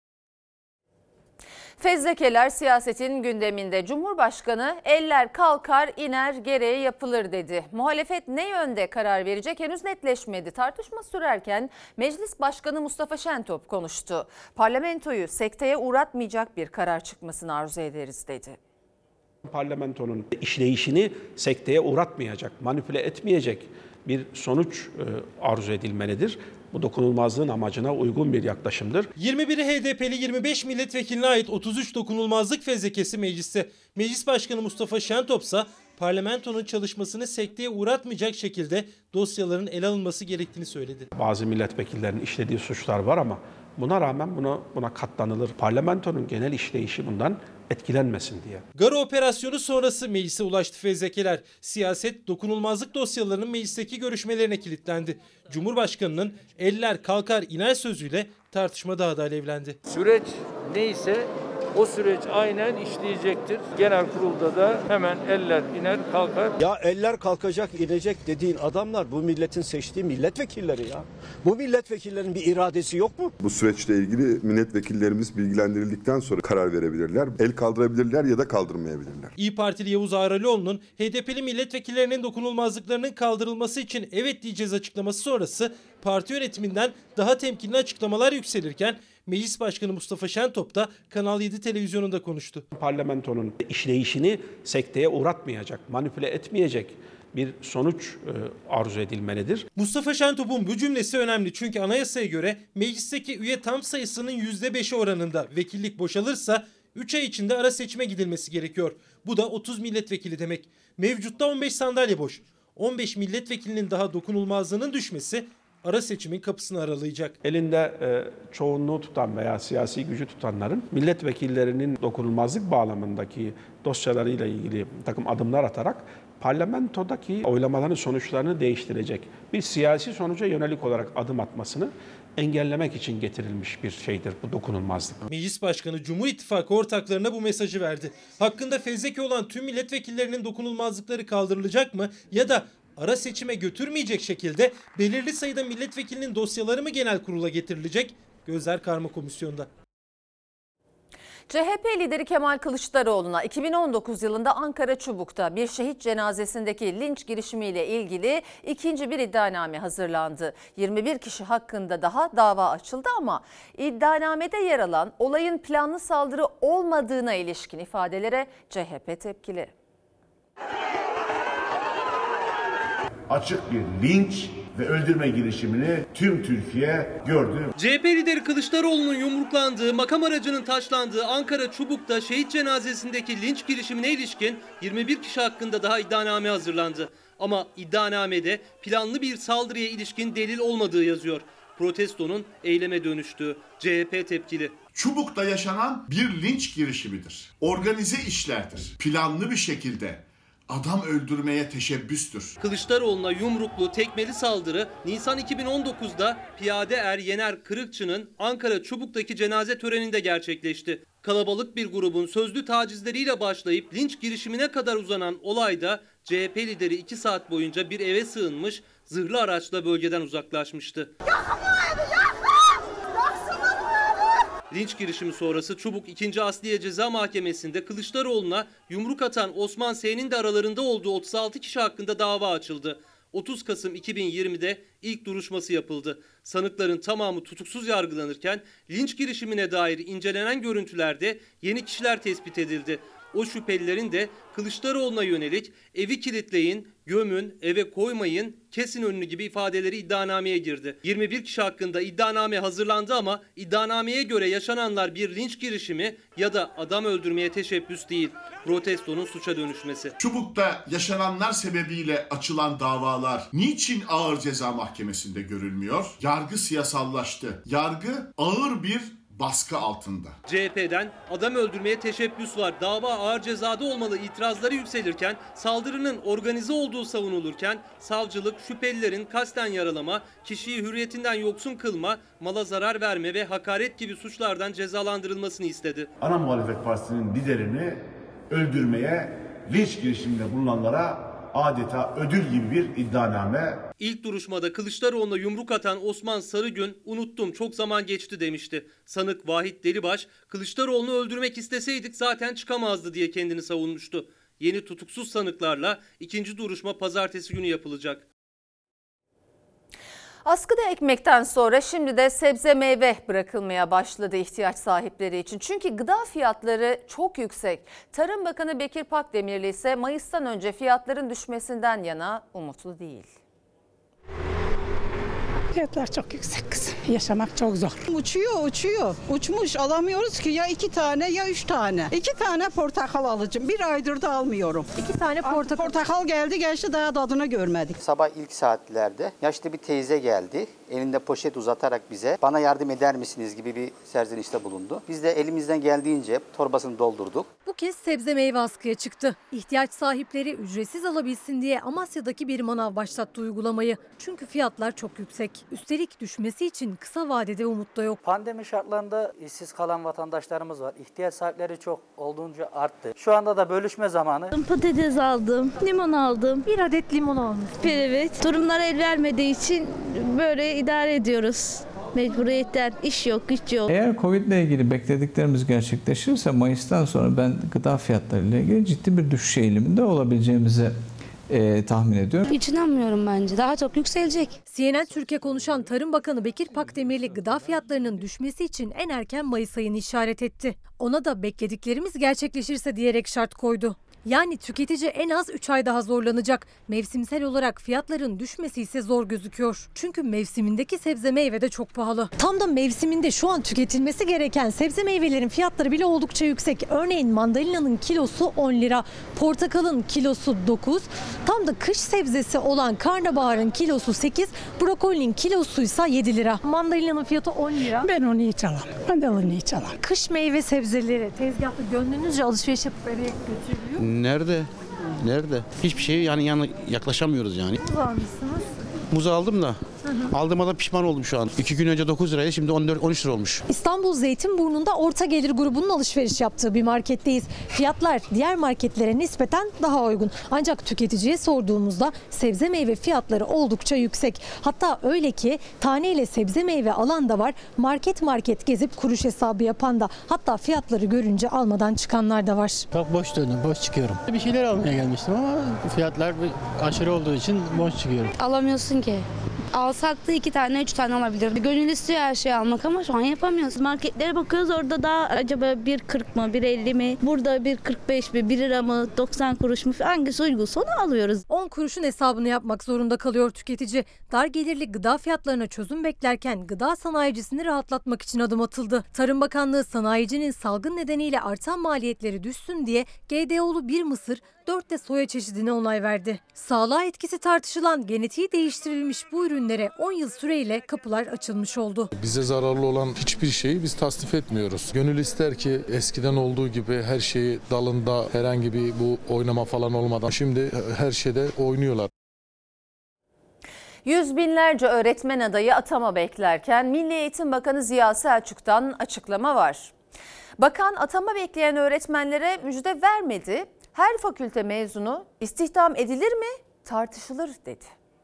Fezlekeler siyasetin gündeminde. Cumhurbaşkanı eller kalkar iner gereği yapılır dedi. Muhalefet ne yönde karar verecek henüz netleşmedi. Tartışma sürerken Meclis Başkanı Mustafa Şentop konuştu. Parlamentoyu sekteye uğratmayacak bir karar çıkmasını arzu ederiz dedi. Parlamentonun işleyişini sekteye uğratmayacak, manipüle etmeyecek bir sonuç arzu edilmelidir. Bu dokunulmazlığın amacına uygun bir yaklaşımdır. yirmi biri H D P'li yirmi beş milletvekiline ait otuz üç dokunulmazlık fezlekesi mecliste. Meclis Başkanı Mustafa Şentop ise parlamentonun çalışmasını sekteye uğratmayacak şekilde dosyaların ele alınması gerektiğini söyledi. Bazı milletvekillerinin işlediği suçlar var ama buna rağmen bunu, buna katlanılır. Parlamentonun genel işleyişi bundan etkilenmesin diye. Garo operasyonu sonrası meclise ulaştı fezlekeler. Siyaset dokunulmazlık dosyalarının meclisteki görüşmelerine kilitlendi. Cumhurbaşkanının eller kalkar iner sözüyle tartışma daha da alevlendi. Süreç neyse o süreç aynen işleyecektir. Genel kurulda da hemen eller iner kalkar. Ya eller kalkacak inecek dediğin adamlar bu milletin seçtiği milletvekilleri ya. Bu milletvekillerinin bir iradesi yok mu? Bu süreçle ilgili milletvekillerimiz bilgilendirildikten sonra karar verebilirler. El kaldırabilirler ya da kaldırmayabilirler. İYİ Partili Yavuz Ağralioğlu'nun H D P'li milletvekillerinin dokunulmazlıklarının kaldırılması için evet diyeceğiz açıklaması sonrası parti yönetiminden daha temkinli açıklamalar yükselirken Meclis Başkanı Mustafa Şentop da Kanal yedi televizyonunda konuştu. Parlamentonun işleyişini sekteye uğratmayacak, manipüle etmeyecek bir sonuç arzu edilmelidir. Mustafa Şentop'un bu cümlesi önemli çünkü anayasaya göre meclisteki üye tam sayısının yüzde beşi oranında vekillik boşalırsa üç ay içinde ara seçime gidilmesi gerekiyor. Bu da otuz milletvekili demek. Mevcutta on beş sandalye boş. on beş milletvekilinin daha dokunulmazlığının düşmesi ara seçimin kapısını aralayacak. Elinde e, çoğunluğu tutan veya siyasi gücü tutanların milletvekillerinin dokunulmazlık bağlamındaki dosyalarıyla ilgili takım adımlar atarak parlamentodaki oylamaların sonuçlarını değiştirecek bir siyasi sonuca yönelik olarak adım atmasını engellemek için getirilmiş bir şeydir bu dokunulmazlık. Meclis Başkanı Cumhur İttifakı ortaklarına bu mesajı verdi. Hakkında fezleke olan tüm milletvekillerinin dokunulmazlıkları kaldırılacak mı ya da ara seçime götürmeyecek şekilde belirli sayıda milletvekilinin dosyaları mı genel kurula getirilecek? Gözler karma komisyonda. C H P lideri Kemal Kılıçdaroğlu'na iki bin on dokuz yılında Ankara Çubuk'ta bir şehit cenazesindeki linç girişimiyle ilgili ikinci bir iddianame hazırlandı. yirmi bir kişi hakkında daha dava açıldı ama iddianamede yer alan olayın planlı saldırı olmadığına ilişkin ifadelere C H P tepkili. Açık bir linç ve öldürme girişimini tüm Türkiye gördü. C H P lideri Kılıçdaroğlu'nun yumruklandığı, makam aracının taşlandığı Ankara Çubuk'ta şehit cenazesindeki linç girişimine ilişkin yirmi bir kişi hakkında daha iddianame hazırlandı. Ama iddianamede planlı bir saldırıya ilişkin delil olmadığı yazıyor. Protestonun eyleme dönüştüğü. C H P tepkili. Çubuk'ta yaşanan bir linç girişimidir. Organize işlerdir. Planlı bir şekilde adam öldürmeye teşebbüstür. Kılıçdaroğlu'na yumruklu, tekmeli saldırı Nisan iki bin on dokuz'da piyade er Yener Kırıkçı'nın Ankara Çubuk'taki cenaze töreninde gerçekleşti. Kalabalık bir grubun sözlü tacizleriyle başlayıp linç girişimine kadar uzanan olayda C H P lideri iki saat boyunca bir eve sığınmış, zırhlı araçla bölgeden uzaklaşmıştı. Linç girişimi sonrası Çubuk ikinci Asliye Ceza Mahkemesi'nde Kılıçdaroğlu'na yumruk atan Osman S.'nin de aralarında olduğu otuz altı kişi hakkında dava açıldı. otuz Kasım iki bin yirmi'de ilk duruşması yapıldı. Sanıkların tamamı tutuksuz yargılanırken linç girişimine dair incelenen görüntülerde yeni kişiler tespit edildi. O şüphelilerin de Kılıçdaroğlu'na yönelik evi kilitleyin, gömün, eve koymayın, kesin önünü gibi ifadeleri iddianameye girdi. yirmi bir kişi hakkında iddianame hazırlandı ama iddianameye göre yaşananlar bir linç girişimi ya da adam öldürmeye teşebbüs değil. Protestonun suça dönüşmesi. Çubuk'ta yaşananlar sebebiyle açılan davalar niçin Ağır Ceza Mahkemesi'nde görülmüyor? Yargı siyasallaştı. Yargı ağır bir baskı altında. C H P'den adam öldürmeye teşebbüs var, dava ağır cezada olmalı itirazları yükselirken, saldırının organize olduğu savunulurken, savcılık şüphelilerin kasten yaralama, kişiyi hürriyetinden yoksun kılma, mala zarar verme ve hakaret gibi suçlardan cezalandırılmasını istedi. Ana muhalefet partisinin liderini öldürmeye, linç girişiminde bulunanlara adeta ödül gibi bir iddianame. İlk duruşmada Kılıçdaroğlu'na yumruk atan Osman Sarıgün unuttum çok zaman geçti demişti. Sanık Vahit Delibaş Kılıçdaroğlu'nu öldürmek isteseydik zaten çıkamazdı diye kendini savunmuştu. Yeni tutuksuz sanıklarla ikinci duruşma pazartesi günü yapılacak. Askıda ekmekten sonra şimdi de sebze meyve bırakılmaya başladı ihtiyaç sahipleri için. Çünkü gıda fiyatları çok yüksek. Tarım Bakanı Bekir Pakdemirli ise Mayıs'tan önce fiyatların düşmesinden yana umutlu değil. Fiyatlar çok yüksek kızım. Yaşamak çok zor. Uçuyor uçuyor. Uçmuş alamıyoruz ki ya iki tane ya üç tane. İki tane portakal alacağım. Bir aydır da almıyorum. İki tane portakal. Portakal geldi geçti daha tadını görmedik. Sabah ilk saatlerde yaşlı bir teyze geldi. Elinde poşet uzatarak bize bana yardım eder misiniz gibi bir serzenişte bulundu. Biz de elimizden geldiğince torbasını doldurduk. Bu kez sebze meyve askıya çıktı. İhtiyaç sahipleri ücretsiz alabilsin diye Amasya'daki bir manav başlattı uygulamayı. Çünkü fiyatlar çok yüksek. Üstelik düşmesi için kısa vadede umut da yok. Pandemi şartlarında işsiz kalan vatandaşlarımız var. İhtiyaç sahipleri çok olduğunca arttı. Şu anda da bölüşme zamanı. Patates aldım, limon aldım. Bir adet limon almış. Evet. Durumlar el vermediği için böyle idare ediyoruz. Mecburiyetten iş yok, güç yok. Eğer Covid ile ilgili beklediklerimiz gerçekleşirse Mayıs'tan sonra ben gıda fiyatları ile ilgili ciddi bir düşüş eğiliminde olabileceğimizi e, tahmin ediyorum. Hiç inanmıyorum bence. Daha çok yükselecek. C N N Türkiye konuşan Tarım Bakanı Bekir Pakdemirli gıda fiyatlarının düşmesi için en erken Mayıs ayını işaret etti. Ona da beklediklerimiz gerçekleşirse diyerek şart koydu. Yani tüketici en az üç ay daha zorlanacak. Mevsimsel olarak fiyatların düşmesi ise zor gözüküyor. Çünkü mevsimindeki sebze meyve de çok pahalı. Tam da mevsiminde şu an tüketilmesi gereken sebze meyvelerin fiyatları bile oldukça yüksek. Örneğin mandalinanın kilosu on lira, portakalın kilosu dokuz, tam da kış sebzesi olan karnabaharın kilosu sekiz, brokolinin kilosu ise yedi lira. Mandalinanın fiyatı on lira. Ben onu hiç alamam. Mandalini hiç alamam. Kış meyve sebzeleri tezgahta gönlünüzce alışveriş yapıp eve götürülüyor. Nerede? Nerede? Hiçbir şey yani yanına yaklaşamıyoruz yani. Muz almışsınız. Muz aldım da. Hı hı. Aldığıma da pişman oldum şu an. İki gün önce dokuz liraydı, şimdi on dört on üç lira olmuş. İstanbul Zeytinburnu'nda orta gelir grubunun alışveriş yaptığı bir marketteyiz. Fiyatlar diğer marketlere nispeten daha uygun. Ancak tüketiciye sorduğumuzda sebze meyve fiyatları oldukça yüksek. Hatta öyle ki taneyle sebze meyve alan da var. Market market gezip kuruş hesabı yapan da. Hatta fiyatları görünce almadan çıkanlar da var. Çok boş döndüm, boş çıkıyorum. Bir şeyler almaya gelmiştim ama fiyatlar aşırı olduğu için boş çıkıyorum. Alamıyorsun ki. Alsak da iki tane, üç tane alabilirdik. Gönül istiyor her şeyi almak ama şu an yapamıyoruz. Marketlere bakıyoruz, orada da acaba bir kırk mı, bir elli mi? Burada bir kırk beş mi, bir lira mı, doksan kuruş mu? Hangisi uygunsa onu alıyoruz. on kuruşun hesabını yapmak zorunda kalıyor tüketici. Dar gelirli gıda fiyatlarına çözüm beklerken gıda sanayicisini rahatlatmak için adım atıldı. Tarım Bakanlığı sanayicinin salgın nedeniyle artan maliyetleri düşsün diye G D O'lu bir mısır, dört de soya çeşidine onay verdi. Sağlığa etkisi tartışılan genetiği değiştirilmiş bu ürünlere on yıl süreyle kapılar açılmış oldu. Bize zararlı olan hiçbir şeyi biz tasnif etmiyoruz. Gönül ister ki eskiden olduğu gibi her şeyi dalında herhangi bir bu oynama falan olmadan şimdi her şeyde oynuyorlar. Yüz binlerce öğretmen adayı atama beklerken Milli Eğitim Bakanı Ziya Selçuk'tan açıklama var. Bakan atama bekleyen öğretmenlere müjde vermedi. Her fakülte mezunu istihdam edilir mi tartışılır dedi.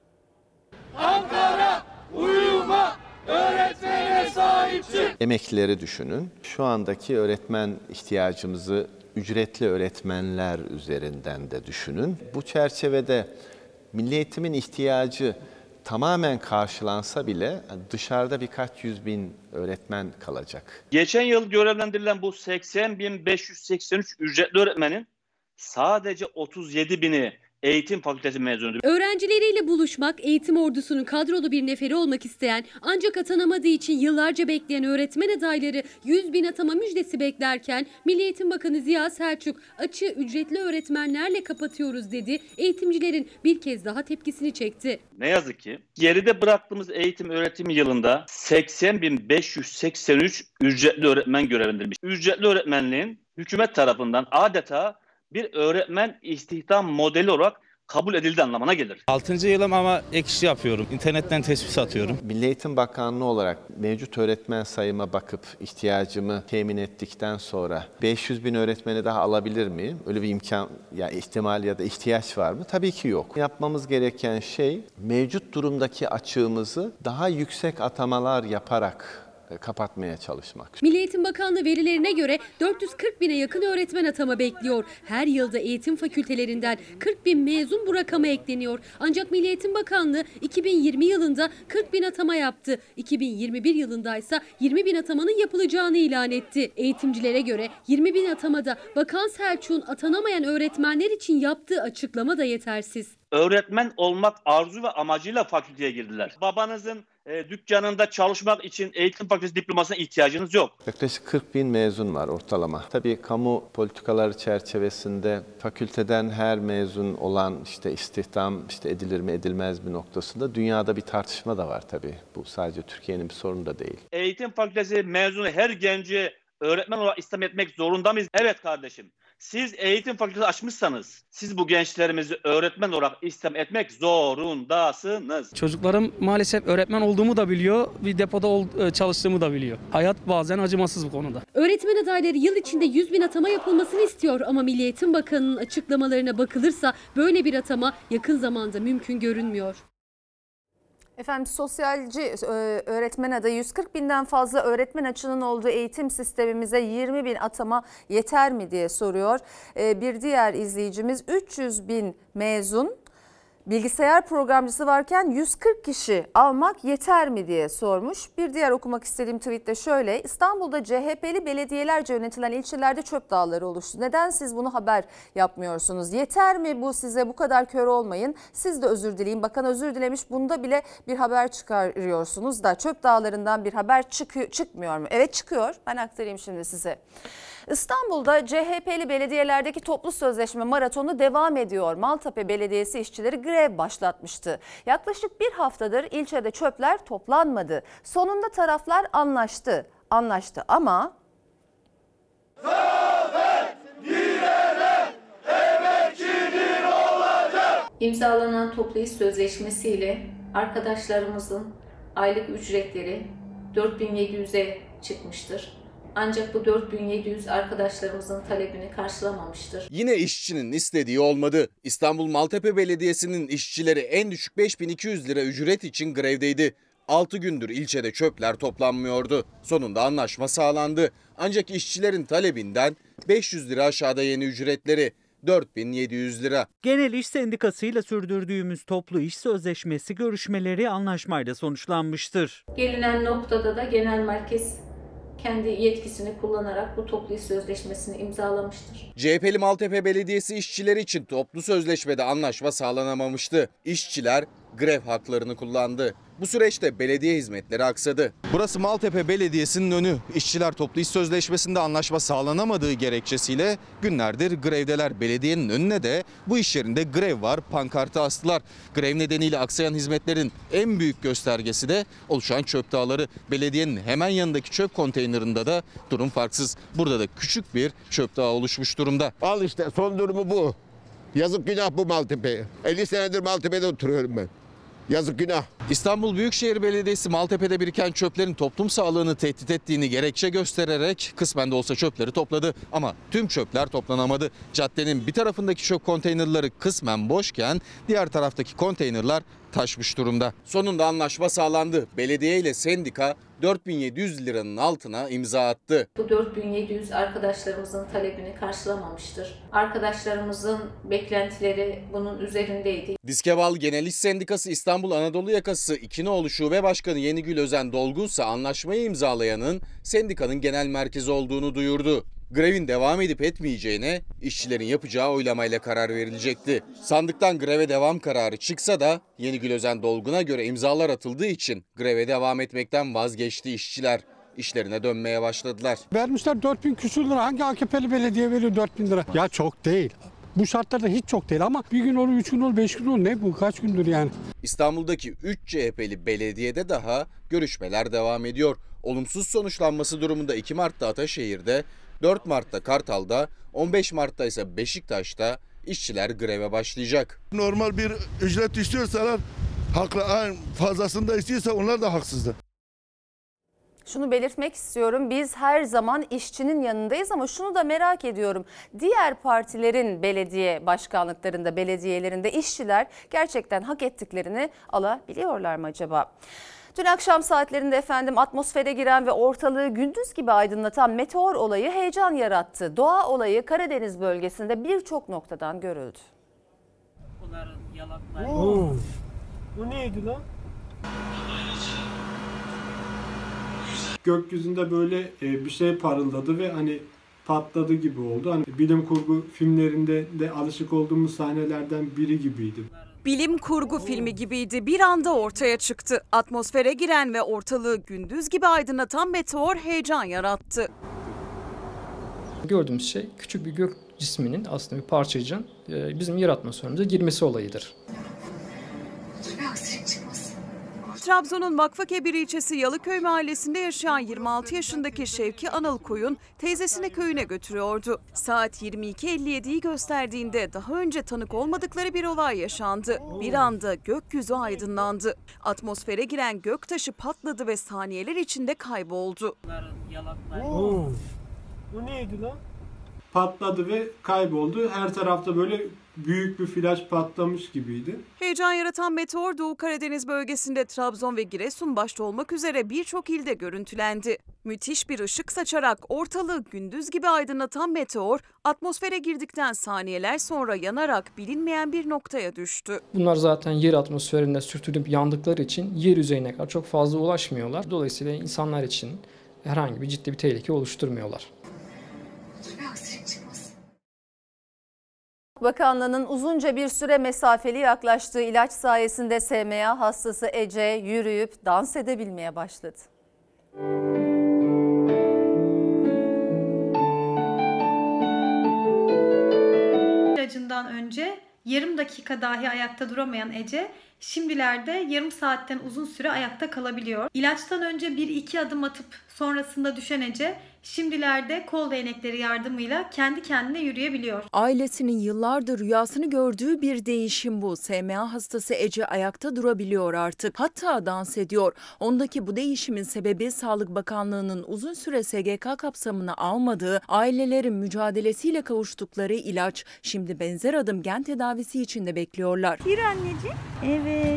Ankara uyuma, öğretmene sahip çık. Emeklileri düşünün. Şu andaki öğretmen ihtiyacımızı ücretli öğretmenler üzerinden de düşünün. Bu çerçevede milli eğitimin ihtiyacı tamamen karşılansa bile dışarıda birkaç yüz bin öğretmen kalacak. Geçen yıl görevlendirilen bu seksen bin beş yüz seksen üç ücretli öğretmenin sadece otuz yedi bini eğitim fakültesi mezunudur. Öğrencileriyle buluşmak, eğitim ordusunun kadrolu bir neferi olmak isteyen ancak atanamadığı için yıllarca bekleyen öğretmen adayları yüz bin atama müjdesi beklerken Milli Eğitim Bakanı Ziya Selçuk açığı ücretli öğretmenlerle kapatıyoruz dedi. Eğitimcilerin bir kez daha tepkisini çekti. Ne yazık ki geride bıraktığımız eğitim öğretim yılında seksen bin beş yüz seksen üç ücretli öğretmen görevlendirilmiş. Ücretli öğretmenliğin hükümet tarafından adeta bir öğretmen istihdam modeli olarak kabul edildi anlamına gelir. altıncı yılım ama ek iş yapıyorum. İnternetten tespit atıyorum. Milli Eğitim Bakanlığı olarak mevcut öğretmen sayıma bakıp ihtiyacımı temin ettikten sonra beş yüz bin öğretmeni daha alabilir miyim? Öyle bir imkan, ya ihtimal ya da ihtiyaç var mı? Tabii ki yok. Yapmamız gereken şey mevcut durumdaki açığımızı daha yüksek atamalar yaparak kapatmaya çalışmak. Milli Eğitim Bakanlığı verilerine göre dört yüz kırk bine yakın öğretmen atama bekliyor. Her yılda eğitim fakültelerinden kırk bin mezun bu rakama ekleniyor. Ancak Milli Eğitim Bakanlığı iki bin yirmi yılında kırk bin atama yaptı. iki bin yirmi bir yılında ise yirmi bin atamanın yapılacağını ilan etti. Eğitimcilere göre yirmi bin atamada Bakan Selçuk'un atanamayan öğretmenler için yaptığı açıklama da yetersiz. Öğretmen olmak arzu ve amacıyla fakülteye girdiler. Babanızın e, dükkanında çalışmak için eğitim fakültesi diplomasına ihtiyacınız yok. Yaklaşık kırk bin mezun var ortalama. Tabii kamu politikaları çerçevesinde fakülteden her mezun olan işte istihdam işte edilir mi edilmez mi noktasında dünyada bir tartışma da var tabii. Bu sadece Türkiye'nin bir sorunu da değil. Eğitim fakültesi mezunu her genci öğretmen olarak istihdam etmek zorunda mıyız? Evet kardeşim. Siz eğitim fakültesi açmışsanız siz bu gençlerimizi öğretmen olarak istihdam etmek zorundasınız. Çocuklarım maalesef öğretmen olduğumu da biliyor, bir depoda ol, çalıştığımı da biliyor. Hayat bazen acımasız bu konuda. Öğretmen adayları yıl içinde yüz bin atama yapılmasını istiyor ama Milli Eğitim Bakanı'nın açıklamalarına bakılırsa böyle bir atama yakın zamanda mümkün görünmüyor. Efendim sosyalci öğretmen adayı yüz kırk binden fazla öğretmen açığının olduğu eğitim sistemimize yirmi bin atama yeter mi diye soruyor. Bir diğer izleyicimiz üç yüz bin mezun bilgisayar programcısı varken yüz kırk kişi almak yeter mi diye sormuş. Bir diğer okumak istediğim tweet de şöyle: İstanbul'da C H P'li belediyelerce yönetilen ilçelerde çöp dağları oluştu. Neden siz bunu haber yapmıyorsunuz? Yeter mi bu size? Bu kadar kör olmayın. Siz de özür dileyin. Bakan özür dilemiş. Bunda bile bir haber çıkarıyorsunuz da çöp dağlarından bir haber çıkıyor, çıkmıyor mu? Evet çıkıyor. Ben aktarayım şimdi size. İstanbul'da C H P'li belediyelerdeki toplu sözleşme maratonu devam ediyor. Maltepe Belediyesi işçileri grev başlatmıştı. Yaklaşık bir haftadır ilçede çöpler toplanmadı. Sonunda taraflar anlaştı. Anlaştı ama... Zafer direnen emekçinin olacak. İmzalanan toplu iş sözleşmesiyle arkadaşlarımızın aylık ücretleri dört bin yedi yüze çıkmıştır. Ancak bu dört bin yedi yüz arkadaşlarımızın talebini karşılamamıştır. Yine işçinin istediği olmadı. İstanbul Maltepe Belediyesi'nin işçileri en düşük beş bin iki yüz lira ücret için grevdeydi. altı gündür ilçede çöpler toplanmıyordu. Sonunda anlaşma sağlandı. Ancak işçilerin talebinden beş yüz lira aşağıda yeni ücretleri. dört bin yedi yüz lira. Genel İş Sendikası ile sürdürdüğümüz toplu iş sözleşmesi görüşmeleri anlaşmayla sonuçlanmıştır. Gelinen noktada da genel merkez kendi yetkisini kullanarak bu toplu iş sözleşmesini imzalamıştır. C H P'li Maltepe Belediyesi işçileri için toplu sözleşmede anlaşma sağlanamamıştı. İşçiler grev haklarını kullandı. Bu süreçte belediye hizmetleri aksadı. Burası Maltepe Belediyesi'nin önü. İşçiler toplu iş sözleşmesinde anlaşma sağlanamadığı gerekçesiyle günlerdir grevdeler. Belediyenin önüne de bu iş yerinde grev var, pankartı astılar. Grev nedeniyle aksayan hizmetlerin en büyük göstergesi de oluşan çöp dağları. Belediyenin hemen yanındaki çöp konteynerında da durum farksız. Burada da küçük bir çöp dağı oluşmuş durumda. Al işte son durumu bu. Yazık günah bu Maltepe'ye. elli senedir Maltepe'de oturuyorum ben. Yazık günah. İstanbul Büyükşehir Belediyesi Maltepe'de biriken çöplerin toplum sağlığını tehdit ettiğini gerekçe göstererek kısmen de olsa çöpleri topladı. Ama tüm çöpler toplanamadı. Caddenin bir tarafındaki çöp konteynerları kısmen boşken diğer taraftaki konteynerler taşmış durumda. Sonunda anlaşma sağlandı. Belediye ile sendika dört bin yedi yüz liranın altına imza attı. Bu dört bin yedi yüz arkadaşlarımızın talebini karşılamamıştır. Arkadaşlarımızın beklentileri bunun üzerindeydi. Diske bağlı Genel İş Sendikası İstanbul Anadolu Yakası İki Nolu Şube Başkanı Yenigül Özen Dolgunsa anlaşmayı imzalayanın sendikanın genel merkezi olduğunu duyurdu. Grevin devam edip etmeyeceğine işçilerin yapacağı oylamayla karar verilecekti. Sandıktan greve devam kararı çıksa da Yenigül Özen Dolgun'a göre imzalar atıldığı için greve devam etmekten vazgeçti işçiler. İşlerine dönmeye başladılar. Vermişler dört bin küsur lira. Hangi A K P'li belediye veriyor dört bin lira? Ya çok değil. Bu şartlarda hiç çok değil ama bir gün olur, üç gün olur, beş gün olur. Ne bu? Kaç gündür yani? İstanbul'daki üç C H P'li belediyede daha görüşmeler devam ediyor. Olumsuz sonuçlanması durumunda iki Mart'ta Ataşehir'de, dört Mart'ta Kartal'da, on beş Mart'ta ise Beşiktaş'ta işçiler greve başlayacak. Normal bir ücret istiyorsalar, haklı, fazlasını da istiyorsa onlar da haksızdır. Şunu belirtmek istiyorum. Biz her zaman işçinin yanındayız ama şunu da merak ediyorum. Diğer partilerin belediye başkanlıklarında, belediyelerinde işçiler gerçekten hak ettiklerini alabiliyorlar mı acaba? Dün akşam saatlerinde efendim atmosfere giren ve ortalığı gündüz gibi aydınlatan meteor olayı heyecan yarattı. Doğa olayı Karadeniz bölgesinde birçok noktadan görüldü. Oo, bu neydi lan? Gökyüzünde böyle bir şey parıldadı ve hani patladı gibi oldu. Hani bilim kurgu filmlerinde de alışık olduğumuz sahnelerden biri gibiydi. Bilim kurgu filmi gibiydi. Bir anda ortaya çıktı. Atmosfere giren ve ortalığı gündüz gibi aydınlatan meteor heyecan yarattı. Gördüğümüz şey küçük bir gök cisminin aslında bir parçacığın bizim yer atmosferimize girmesi olayıdır. Trabzon'un Vakfıkebir ilçesi Yalıköy mahallesinde yaşayan yirmi altı yaşındaki Şevki Anıl Koyun teyzesini köyüne götürüyordu. Saat yirmi iki elli yediyi gösterdiğinde daha önce tanık olmadıkları bir olay yaşandı. Bir anda gökyüzü aydınlandı. Atmosfere giren göktaşı patladı ve saniyeler içinde kayboldu. Oo, bu neydi lan? Patladı ve kayboldu. Her tarafta böyle büyük bir flash patlamış gibiydi. Heyecan yaratan meteor Doğu Karadeniz bölgesinde Trabzon ve Giresun başta olmak üzere birçok ilde görüntülendi. Müthiş bir ışık saçarak ortalığı gündüz gibi aydınlatan meteor atmosfere girdikten saniyeler sonra yanarak bilinmeyen bir noktaya düştü. Bunlar zaten yer atmosferinde sürtünüp yandıkları için yer yüzeyine kadar çok fazla ulaşmıyorlar. Dolayısıyla insanlar için herhangi bir ciddi bir tehlike oluşturmuyorlar. Bakanlığı'nın uzunca bir süre mesafeli yaklaştığı ilaç sayesinde S M A hastası Ece yürüyüp dans edebilmeye başladı. İlacından önce yarım dakika dahi ayakta duramayan Ece, şimdilerde yarım saatten uzun süre ayakta kalabiliyor. İlaçtan önce bir iki adım atıp sonrasında düşen Ece, şimdilerde kol değnekleri yardımıyla kendi kendine yürüyebiliyor. Ailesinin yıllardır rüyasını gördüğü bir değişim bu. S M A hastası Ece ayakta durabiliyor artık. Hatta dans ediyor. Ondaki bu değişimin sebebi Sağlık Bakanlığı'nın uzun süre S G K kapsamına almadığı, ailelerin mücadelesiyle kavuştukları ilaç. Şimdi benzer adım gen tedavisi için de bekliyorlar. Yürü anneciğim. Evet.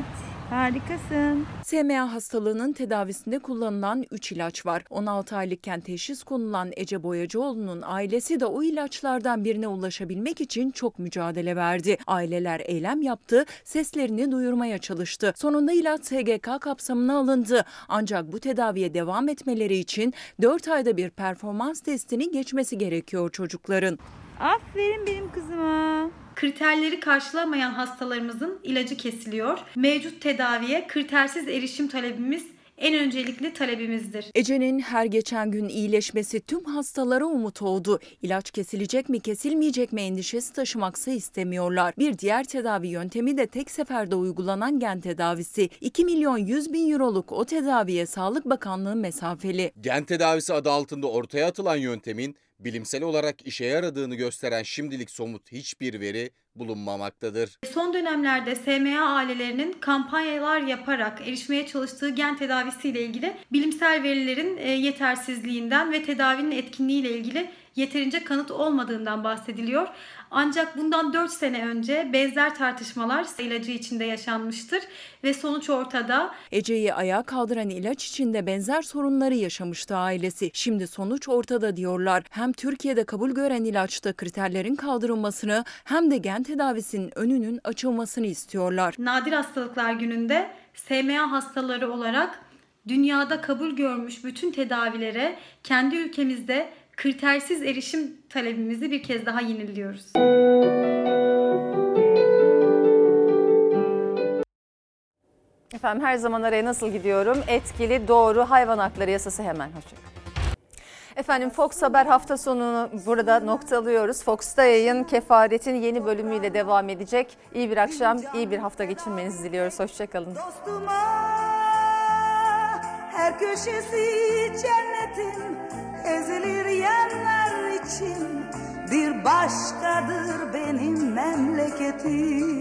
Harikasın. S M A hastalığının tedavisinde kullanılan üç ilaç var. on altı aylıkken teşhis konulan Ece Boyacıoğlu'nun ailesi de o ilaçlardan birine ulaşabilmek için çok mücadele verdi. Aileler eylem yaptı, seslerini duyurmaya çalıştı. Sonunda ilaç S G K kapsamına alındı. Ancak bu tedaviye devam etmeleri için dört ayda bir performans testini geçmesi gerekiyor çocukların. Aferin benim kızıma. Kriterleri karşılamayan hastalarımızın ilacı kesiliyor. Mevcut tedaviye kritersiz erişim talebimiz en öncelikli talebimizdir. Ece'nin her geçen gün iyileşmesi tüm hastalara umut oldu. İlaç kesilecek mi kesilmeyecek mi endişesi taşımaksa istemiyorlar. Bir diğer tedavi yöntemi de tek seferde uygulanan gen tedavisi. iki milyon yüz bin euroluk o tedaviye Sağlık Bakanlığı mesafeli. Gen tedavisi adı altında ortaya atılan yöntemin bilimsel olarak işe yaradığını gösteren şimdilik somut hiçbir veri bulunmamaktadır. Son dönemlerde S M A ailelerinin kampanyalar yaparak erişmeye çalıştığı gen tedavisiyle ilgili bilimsel verilerin yetersizliğinden ve tedavinin etkinliğiyle ilgili yeterince kanıt olmadığından bahsediliyor. Ancak bundan dört sene önce benzer tartışmalar ilacı içinde yaşanmıştır ve sonuç ortada. Ece'yi ayağa kaldıran ilaç içinde benzer sorunları yaşamıştı ailesi. Şimdi sonuç ortada diyorlar. Hem Türkiye'de kabul gören ilaçta kriterlerin kaldırılmasını hem de gen tedavisinin önünün açılmasını istiyorlar. Nadir Hastalıklar Günü'nde S M A hastaları olarak dünyada kabul görmüş bütün tedavilere kendi ülkemizde kritersiz erişim talebimizi bir kez daha yeniliyoruz. Efendim her zaman araya nasıl gidiyorum? Etkili, doğru hayvan hakları yasası hemen. Hoşçakalın. Efendim Fox Haber hafta sonunu burada noktalıyoruz. Fox'ta yayın Kefaret'in yeni bölümüyle devam edecek. İyi bir akşam, iyi bir hafta geçirmenizi diliyoruz. Hoşçakalın. Her köşesi cennetin ezilir yerler için bir başkadır benim memleketim.